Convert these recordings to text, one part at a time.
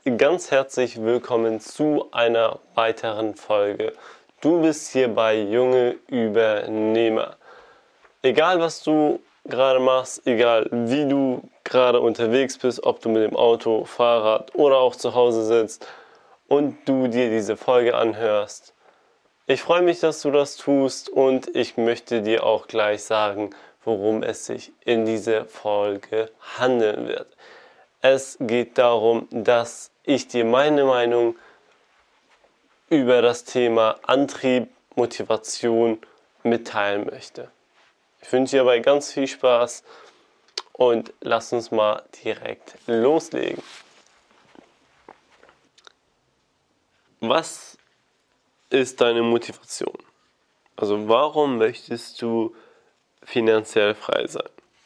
ganz herzlich willkommen zu einer weiteren Folge. Du bist hier bei Junge Übernehmer. Egal was du gerade machst, egal wie du gerade unterwegs bist, ob du mit dem Auto, Fahrrad oder auch zu Hause sitzt und du dir diese Folge anhörst. Ich freue mich, dass du das tust und ich möchte dir auch gleich sagen, worum es sich in dieser Folge handeln wird. Es geht darum, dass ich dir meine Meinung über das Thema Antrieb, Motivation mitteilen möchte. Ich wünsche dir dabei ganz viel Spaß und lass uns mal direkt loslegen. Was ist deine Motivation? Also warum möchtest du finanziell frei sein?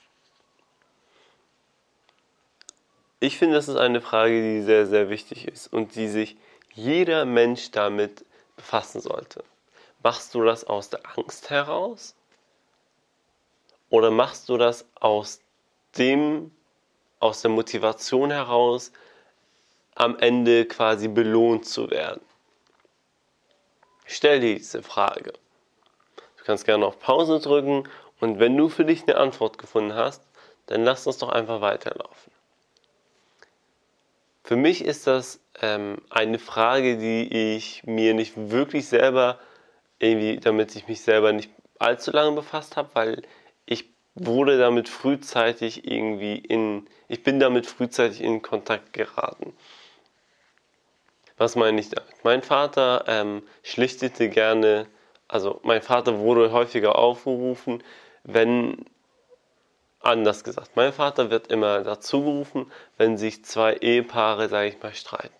Ich finde, das ist eine Frage, die sehr, sehr wichtig ist und die sich jeder Mensch damit befassen sollte. Machst du das aus der Angst heraus? Oder machst du das aus der Motivation heraus, am Ende quasi belohnt zu werden? Stell dir diese Frage. Du kannst gerne auf Pause drücken und wenn du für dich eine Antwort gefunden hast, dann lass uns doch einfach weiterlaufen. Für mich ist das eine Frage, die ich mir nicht wirklich selber damit ich mich selber nicht allzu lange befasst habe, weil ich wurde damit frühzeitig ich bin damit frühzeitig in Kontakt geraten. Was meine ich damit? Mein Vater schlichtete gerne, also mein Vater wurde häufiger aufgerufen, anders gesagt, mein Vater wird immer dazu gerufen, wenn sich zwei Ehepaare, sage ich mal, streiten.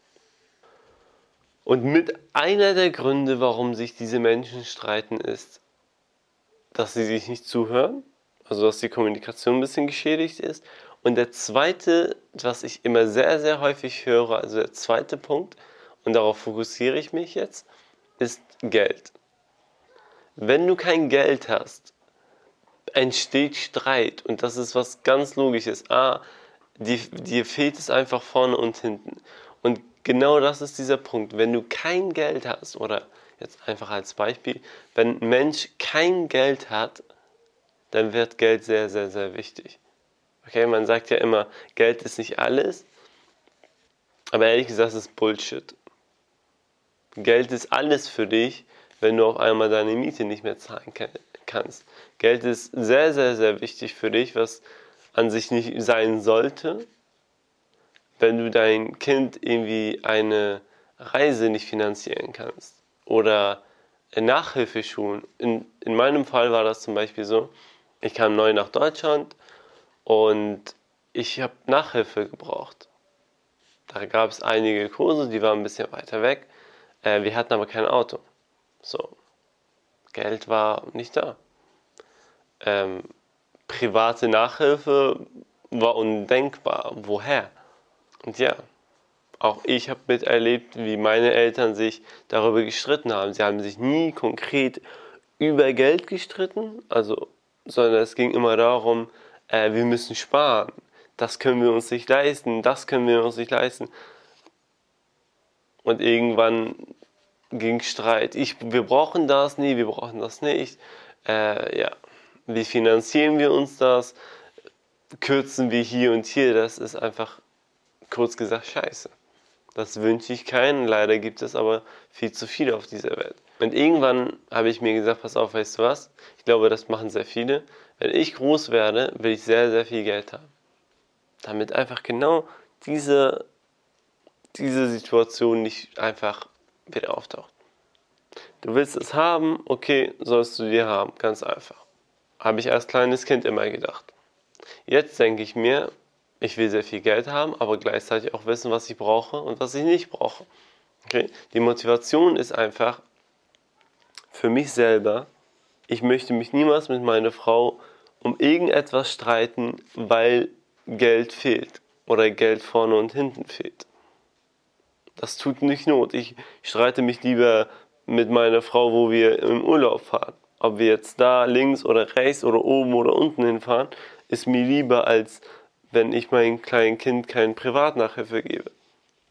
Und mit einer der Gründe, warum sich diese Menschen streiten, ist, dass sie sich nicht zuhören, also dass die Kommunikation ein bisschen geschädigt ist. Und der zweite, was ich immer sehr, sehr häufig höre, also der zweite Punkt, und darauf fokussiere ich mich jetzt, ist Geld. Wenn du kein Geld hast, entsteht Streit und das ist was ganz Logisches. Dir fehlt es einfach vorne und hinten. Und genau das ist dieser Punkt. Wenn du kein Geld hast, oder jetzt einfach als Beispiel, wenn ein Mensch kein Geld hat, dann wird Geld sehr, sehr, sehr wichtig. Okay, man sagt ja immer, Geld ist nicht alles, aber ehrlich gesagt, das ist Bullshit. Geld ist alles für dich, wenn du auf einmal deine Miete nicht mehr zahlen kannst. Geld ist sehr, sehr, sehr wichtig für dich, was an sich nicht sein sollte, wenn du dein Kind irgendwie eine Reise nicht finanzieren kannst oder Nachhilfeschulen. In meinem Fall war das zum Beispiel so, ich kam neu nach Deutschland und ich habe Nachhilfe gebraucht. Da gab es einige Kurse, die waren ein bisschen weiter weg. Wir hatten aber kein Auto. So, Geld war nicht da. Private Nachhilfe war undenkbar. Woher? Und ja, auch ich habe miterlebt, wie meine Eltern sich darüber gestritten haben. Sie haben sich nie konkret über Geld gestritten, sondern es ging immer darum, wir müssen sparen. Das können wir uns nicht leisten, das können wir uns nicht leisten. Und irgendwann ging Streit. Wir brauchen das, nee, wir brauchen das nicht. Ja, wie finanzieren wir uns das? Kürzen wir hier und hier? Das ist einfach, kurz gesagt, scheiße. Das wünsche ich keinen, leider gibt es aber viel zu viele auf dieser Welt. Und irgendwann habe ich mir gesagt, pass auf, weißt du was? Ich glaube, das machen sehr viele. Wenn ich groß werde, will ich sehr, sehr viel Geld haben. Damit einfach genau diese Situation nicht einfach wieder auftaucht. Du willst es haben, okay, sollst du dir haben, ganz einfach. Habe ich als kleines Kind immer gedacht. Jetzt denke ich mir, ich will sehr viel Geld haben, aber gleichzeitig auch wissen, was ich brauche und was ich nicht brauche. Okay? Die Motivation ist einfach für mich selber, ich möchte mich niemals mit meiner Frau um irgendetwas streiten, weil Geld fehlt oder Geld vorne und hinten fehlt. Das tut nicht Not. Ich streite mich lieber mit meiner Frau, wo wir im Urlaub fahren. Ob wir jetzt da links oder rechts oder oben oder unten hinfahren, ist mir lieber, als wenn ich meinem kleinen Kind keine Privatnachhilfe gebe.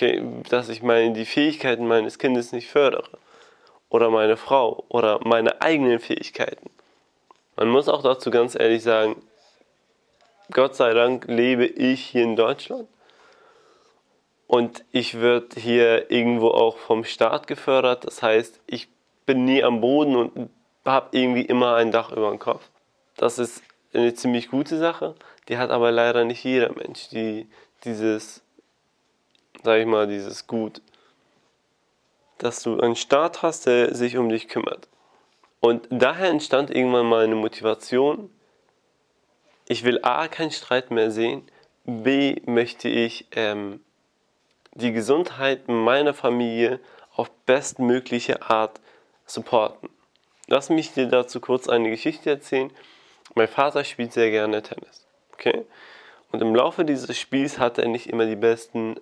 Okay, dass ich die Fähigkeiten meines Kindes nicht fördere. Oder meine Frau oder meine eigenen Fähigkeiten. Man muss auch dazu ganz ehrlich sagen, Gott sei Dank lebe ich hier in Deutschland und ich werde hier irgendwo auch vom Staat gefördert. Das heißt, ich bin nie am Boden und habe irgendwie immer ein Dach über dem Kopf. Das ist eine ziemlich gute Sache, die hat aber leider nicht jeder Mensch, dieses, sag ich mal, dieses Gut, dass du einen Staat hast, der sich um dich kümmert. Und daher entstand irgendwann mal eine Motivation. Ich will A, keinen Streit mehr sehen, B, möchte ich die Gesundheit meiner Familie auf bestmögliche Art supporten. Lass mich dir dazu kurz eine Geschichte erzählen. Mein Vater spielt sehr gerne Tennis. Okay? Und im Laufe dieses Spiels hat er nicht immer den besten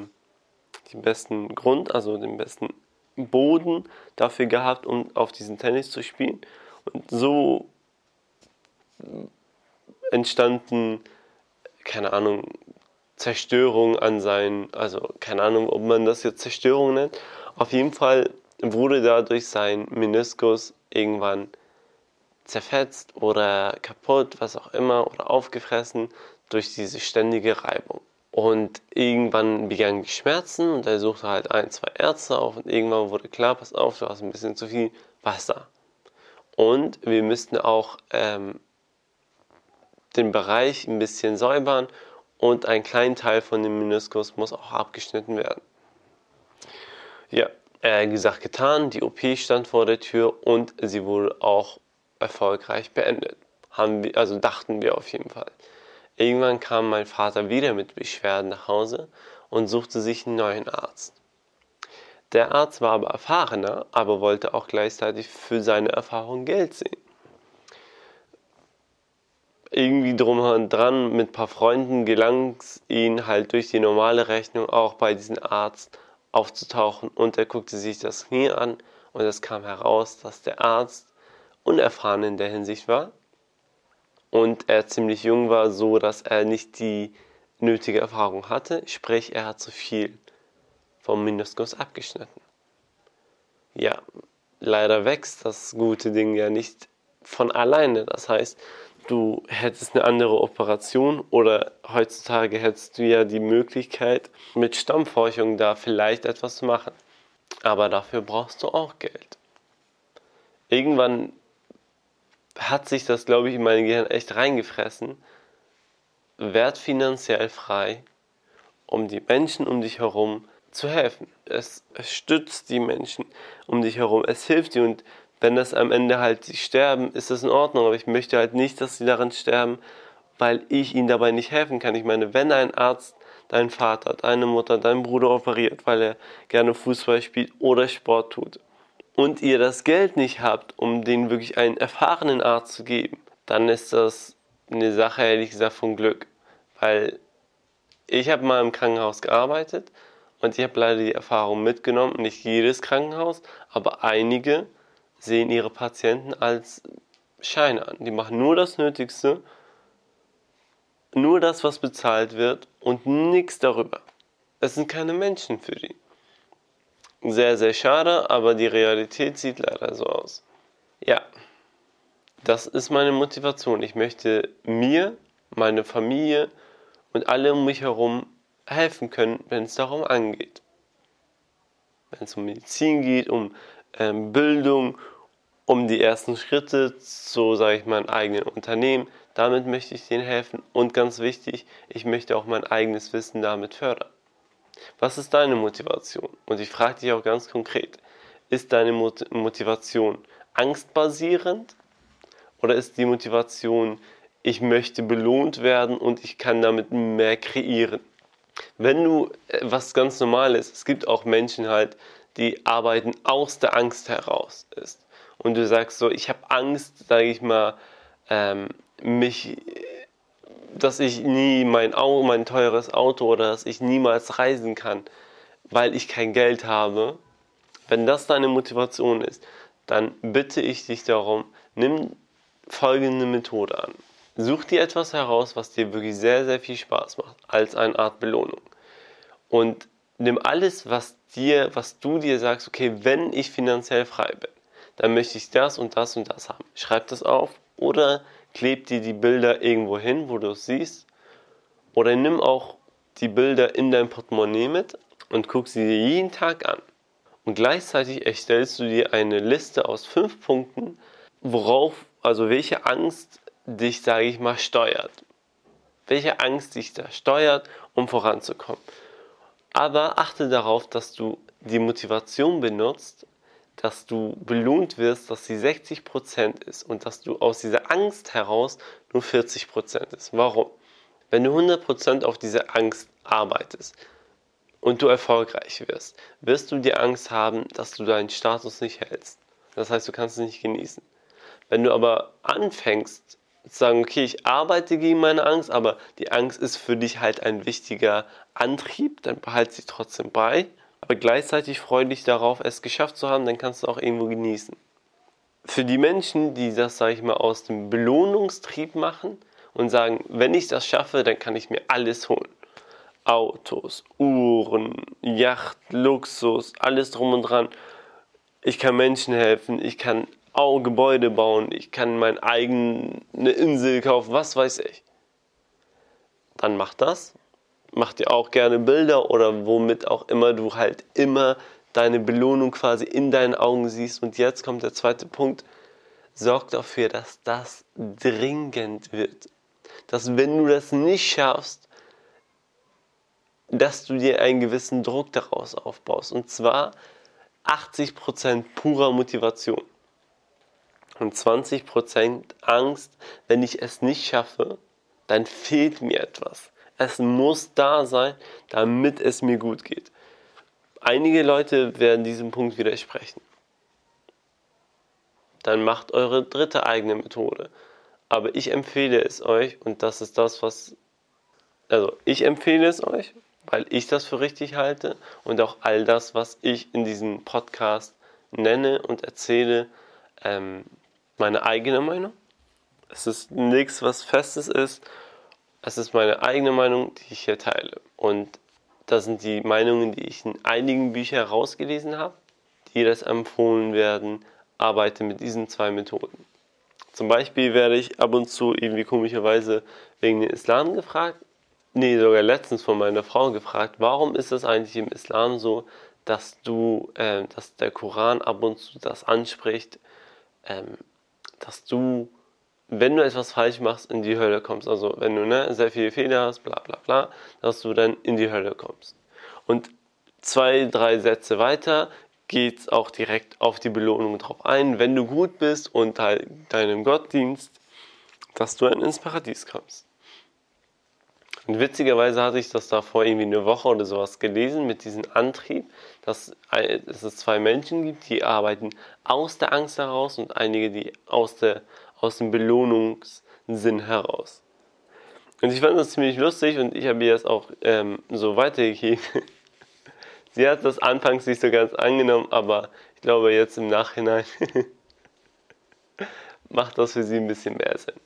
Grund, also den besten Boden dafür gehabt, um auf diesen Tennis zu spielen. Und so entstanden, keine Ahnung, Zerstörung an seinen, also keine Ahnung, ob man das jetzt Zerstörung nennt. Auf jeden Fall wurde dadurch sein Meniskus irgendwann zerfetzt oder kaputt, was auch immer, oder aufgefressen durch diese ständige Reibung. Und irgendwann begannen die Schmerzen und er suchte halt ein, zwei Ärzte auf und irgendwann wurde klar, pass auf, du hast ein bisschen zu viel Wasser. Und wir müssten auch den Bereich ein bisschen säubern und ein kleiner Teil von dem Meniskus muss auch abgeschnitten werden. Ja, gesagt, getan, die OP stand vor der Tür und sie wurde auch erfolgreich beendet. Also dachten wir auf jeden Fall. Irgendwann kam mein Vater wieder mit Beschwerden nach Hause und suchte sich einen neuen Arzt. Der Arzt war aber erfahrener, aber wollte auch gleichzeitig für seine Erfahrung Geld sehen. Irgendwie drum und dran mit ein paar Freunden gelang es ihn halt durch die normale Rechnung auch bei diesem Arzt aufzutauchen und er guckte sich das Knie an und es kam heraus, dass der Arzt unerfahren in der Hinsicht war und er ziemlich jung war, so dass er nicht die nötige Erfahrung hatte, sprich er hat zu viel vom Meniskus abgeschnitten. Ja, leider wächst das gute Ding ja nicht von alleine, das heißt, du hättest eine andere Operation oder heutzutage hättest du ja die Möglichkeit, mit Stammforschung da vielleicht etwas zu machen. Aber dafür brauchst du auch Geld. Irgendwann hat sich das, glaube ich, in mein Gehirn echt reingefressen. Werd finanziell frei, um die Menschen um dich herum zu helfen. Es stützt die Menschen um dich herum, es hilft dir und wenn das am Ende halt sie sterben, ist das in Ordnung, aber ich möchte halt nicht, dass sie daran sterben, weil ich ihnen dabei nicht helfen kann. Ich meine, wenn ein Arzt deinen Vater, deine Mutter, deinen Bruder operiert, weil er gerne Fußball spielt oder Sport tut und ihr das Geld nicht habt, um denen wirklich einen erfahrenen Arzt zu geben, dann ist das eine Sache, ehrlich gesagt, von Glück. Weil ich habe mal im Krankenhaus gearbeitet und ich habe leider die Erfahrung mitgenommen, nicht jedes Krankenhaus, aber einige sehen ihre Patienten als Scheine an. Die machen nur das Nötigste, nur das, was bezahlt wird und nichts darüber. Es sind keine Menschen für die. Sehr, sehr schade, aber die Realität sieht leider so aus. Ja, das ist meine Motivation. Ich möchte mir, meine Familie und alle um mich herum helfen können, wenn es darum angeht. Wenn es um Medizin geht, um Bildung, um die ersten Schritte, so sage ich mein eigenen Unternehmen, damit möchte ich denen helfen und ganz wichtig, ich möchte auch mein eigenes Wissen damit fördern. Was ist deine Motivation? Und ich frage dich auch ganz konkret, ist deine Motivation angstbasierend oder ist die Motivation, ich möchte belohnt werden und ich kann damit mehr kreieren? Wenn du was ganz Normales, es gibt auch Menschen halt, die arbeiten aus der Angst heraus ist. Und du sagst so, ich habe Angst, sage ich mal, ähm, mich, dass ich nie mein teures Auto oder dass ich niemals reisen kann, weil ich kein Geld habe. Wenn das deine Motivation ist, dann bitte ich dich darum, nimm folgende Methode an. Such dir etwas heraus, was dir wirklich sehr, sehr viel Spaß macht, als eine Art Belohnung. Und nimm alles, was du dir sagst, okay, wenn ich finanziell frei bin, dann möchte ich das und das und das haben. Schreib das auf oder kleb dir die Bilder irgendwo hin, wo du es siehst. Oder nimm auch die Bilder in dein Portemonnaie mit und guck sie dir jeden Tag an. Und gleichzeitig erstellst du dir eine Liste aus 5 Punkten, also welche Angst dich, sage ich mal, steuert. Welche Angst dich da steuert, um voranzukommen. Aber achte darauf, dass du die Motivation benutzt, dass du belohnt wirst, dass sie 60% ist und dass du aus dieser Angst heraus nur 40% ist. Warum? Wenn du 100% auf diese Angst arbeitest und du erfolgreich wirst du die Angst haben, dass du deinen Status nicht hältst. Das heißt, du kannst es nicht genießen. Wenn du aber anfängst zu sagen, okay, ich arbeite gegen meine Angst, aber die Angst ist für dich halt ein wichtiger Antrieb, dann behalte sie trotzdem bei, aber gleichzeitig freue dich darauf, es geschafft zu haben, dann kannst du auch irgendwo genießen. Für die Menschen, die das, sage ich mal, aus dem Belohnungstrieb machen und sagen, wenn ich das schaffe, dann kann ich mir alles holen. Autos, Uhren, Yacht, Luxus, alles drum und dran. Ich kann Menschen helfen, ich kann auch Gebäude bauen, ich kann meine eigene Insel kaufen, was weiß ich. Dann mach das. Mach dir auch gerne Bilder oder womit auch immer du halt immer deine Belohnung quasi in deinen Augen siehst. Und jetzt kommt der zweite Punkt. Sorg dafür, dass das dringend wird. Dass wenn du das nicht schaffst, dass du dir einen gewissen Druck daraus aufbaust. Und zwar 80% purer Motivation. Und 20% Angst, wenn ich es nicht schaffe, dann fehlt mir etwas. Es muss da sein, damit es mir gut geht. Einige Leute werden diesem Punkt widersprechen. Dann macht eure dritte eigene Methode. Aber ich empfehle es euch, und das ist das, ich empfehle es euch, weil ich das für richtig halte und auch all das, was ich in diesem Podcast nenne und erzähle, meine eigene Meinung. Es ist nichts, was Festes ist. Es ist meine eigene Meinung, die ich hier teile. Und das sind die Meinungen, die ich in einigen Büchern rausgelesen habe, die das empfohlen werden. Arbeite mit diesen 2 Methoden. Zum Beispiel werde ich ab und zu irgendwie komischerweise wegen dem Islam gefragt. Sogar letztens von meiner Frau gefragt, warum ist es eigentlich im Islam so, dass der Koran ab und zu das anspricht, dass du, wenn du etwas falsch machst, in die Hölle kommst. Also wenn du sehr viele Fehler hast, bla bla bla, dass du dann in die Hölle kommst. Und 2, 3 Sätze weiter geht es auch direkt auf die Belohnung drauf ein, wenn du gut bist und halt deinem Gott dienst, dass du dann ins Paradies kommst. Und witzigerweise hatte ich das da vor irgendwie eine Woche oder sowas gelesen mit diesem Antrieb, dass es 2 Menschen gibt, die arbeiten aus der Angst heraus und einige, die aus dem Belohnungssinn heraus. Und ich fand das ziemlich lustig und ich habe ihr das auch so weitergegeben. Sie hat das anfangs nicht so ganz angenommen, aber ich glaube jetzt im Nachhinein macht das für sie ein bisschen mehr Sinn.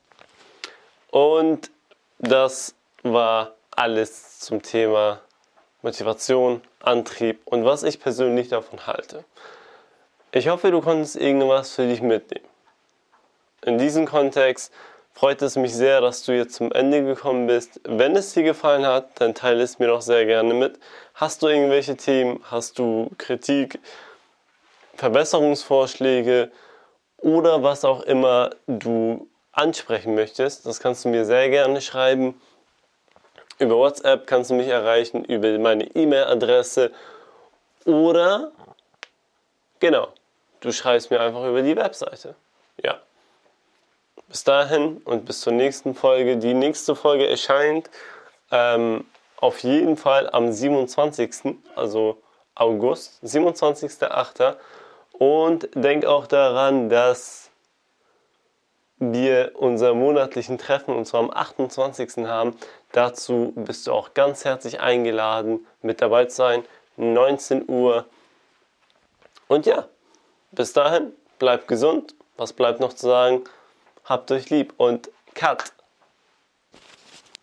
Und das war alles zum Thema Motivation, Antrieb und was ich persönlich davon halte. Ich hoffe, du konntest irgendwas für dich mitnehmen. In diesem Kontext freut es mich sehr, dass du jetzt zum Ende gekommen bist. Wenn es dir gefallen hat, dann teile es mir doch sehr gerne mit. Hast du irgendwelche Themen? Hast du Kritik, Verbesserungsvorschläge oder was auch immer du ansprechen möchtest? Das kannst du mir sehr gerne schreiben. Über WhatsApp kannst du mich erreichen, über meine E-Mail-Adresse oder, du schreibst mir einfach über die Webseite. Ja. Bis dahin und bis zur nächsten Folge. Die nächste Folge erscheint auf jeden Fall am 27. also August, 27.08. Und denk auch daran, dass wir unser monatlichen Treffen und zwar am 28. haben. Dazu bist du auch ganz herzlich eingeladen, mit dabei zu sein, 19 Uhr. Und ja, bis dahin, bleibt gesund. Was bleibt noch zu sagen? Habt euch lieb und Cut.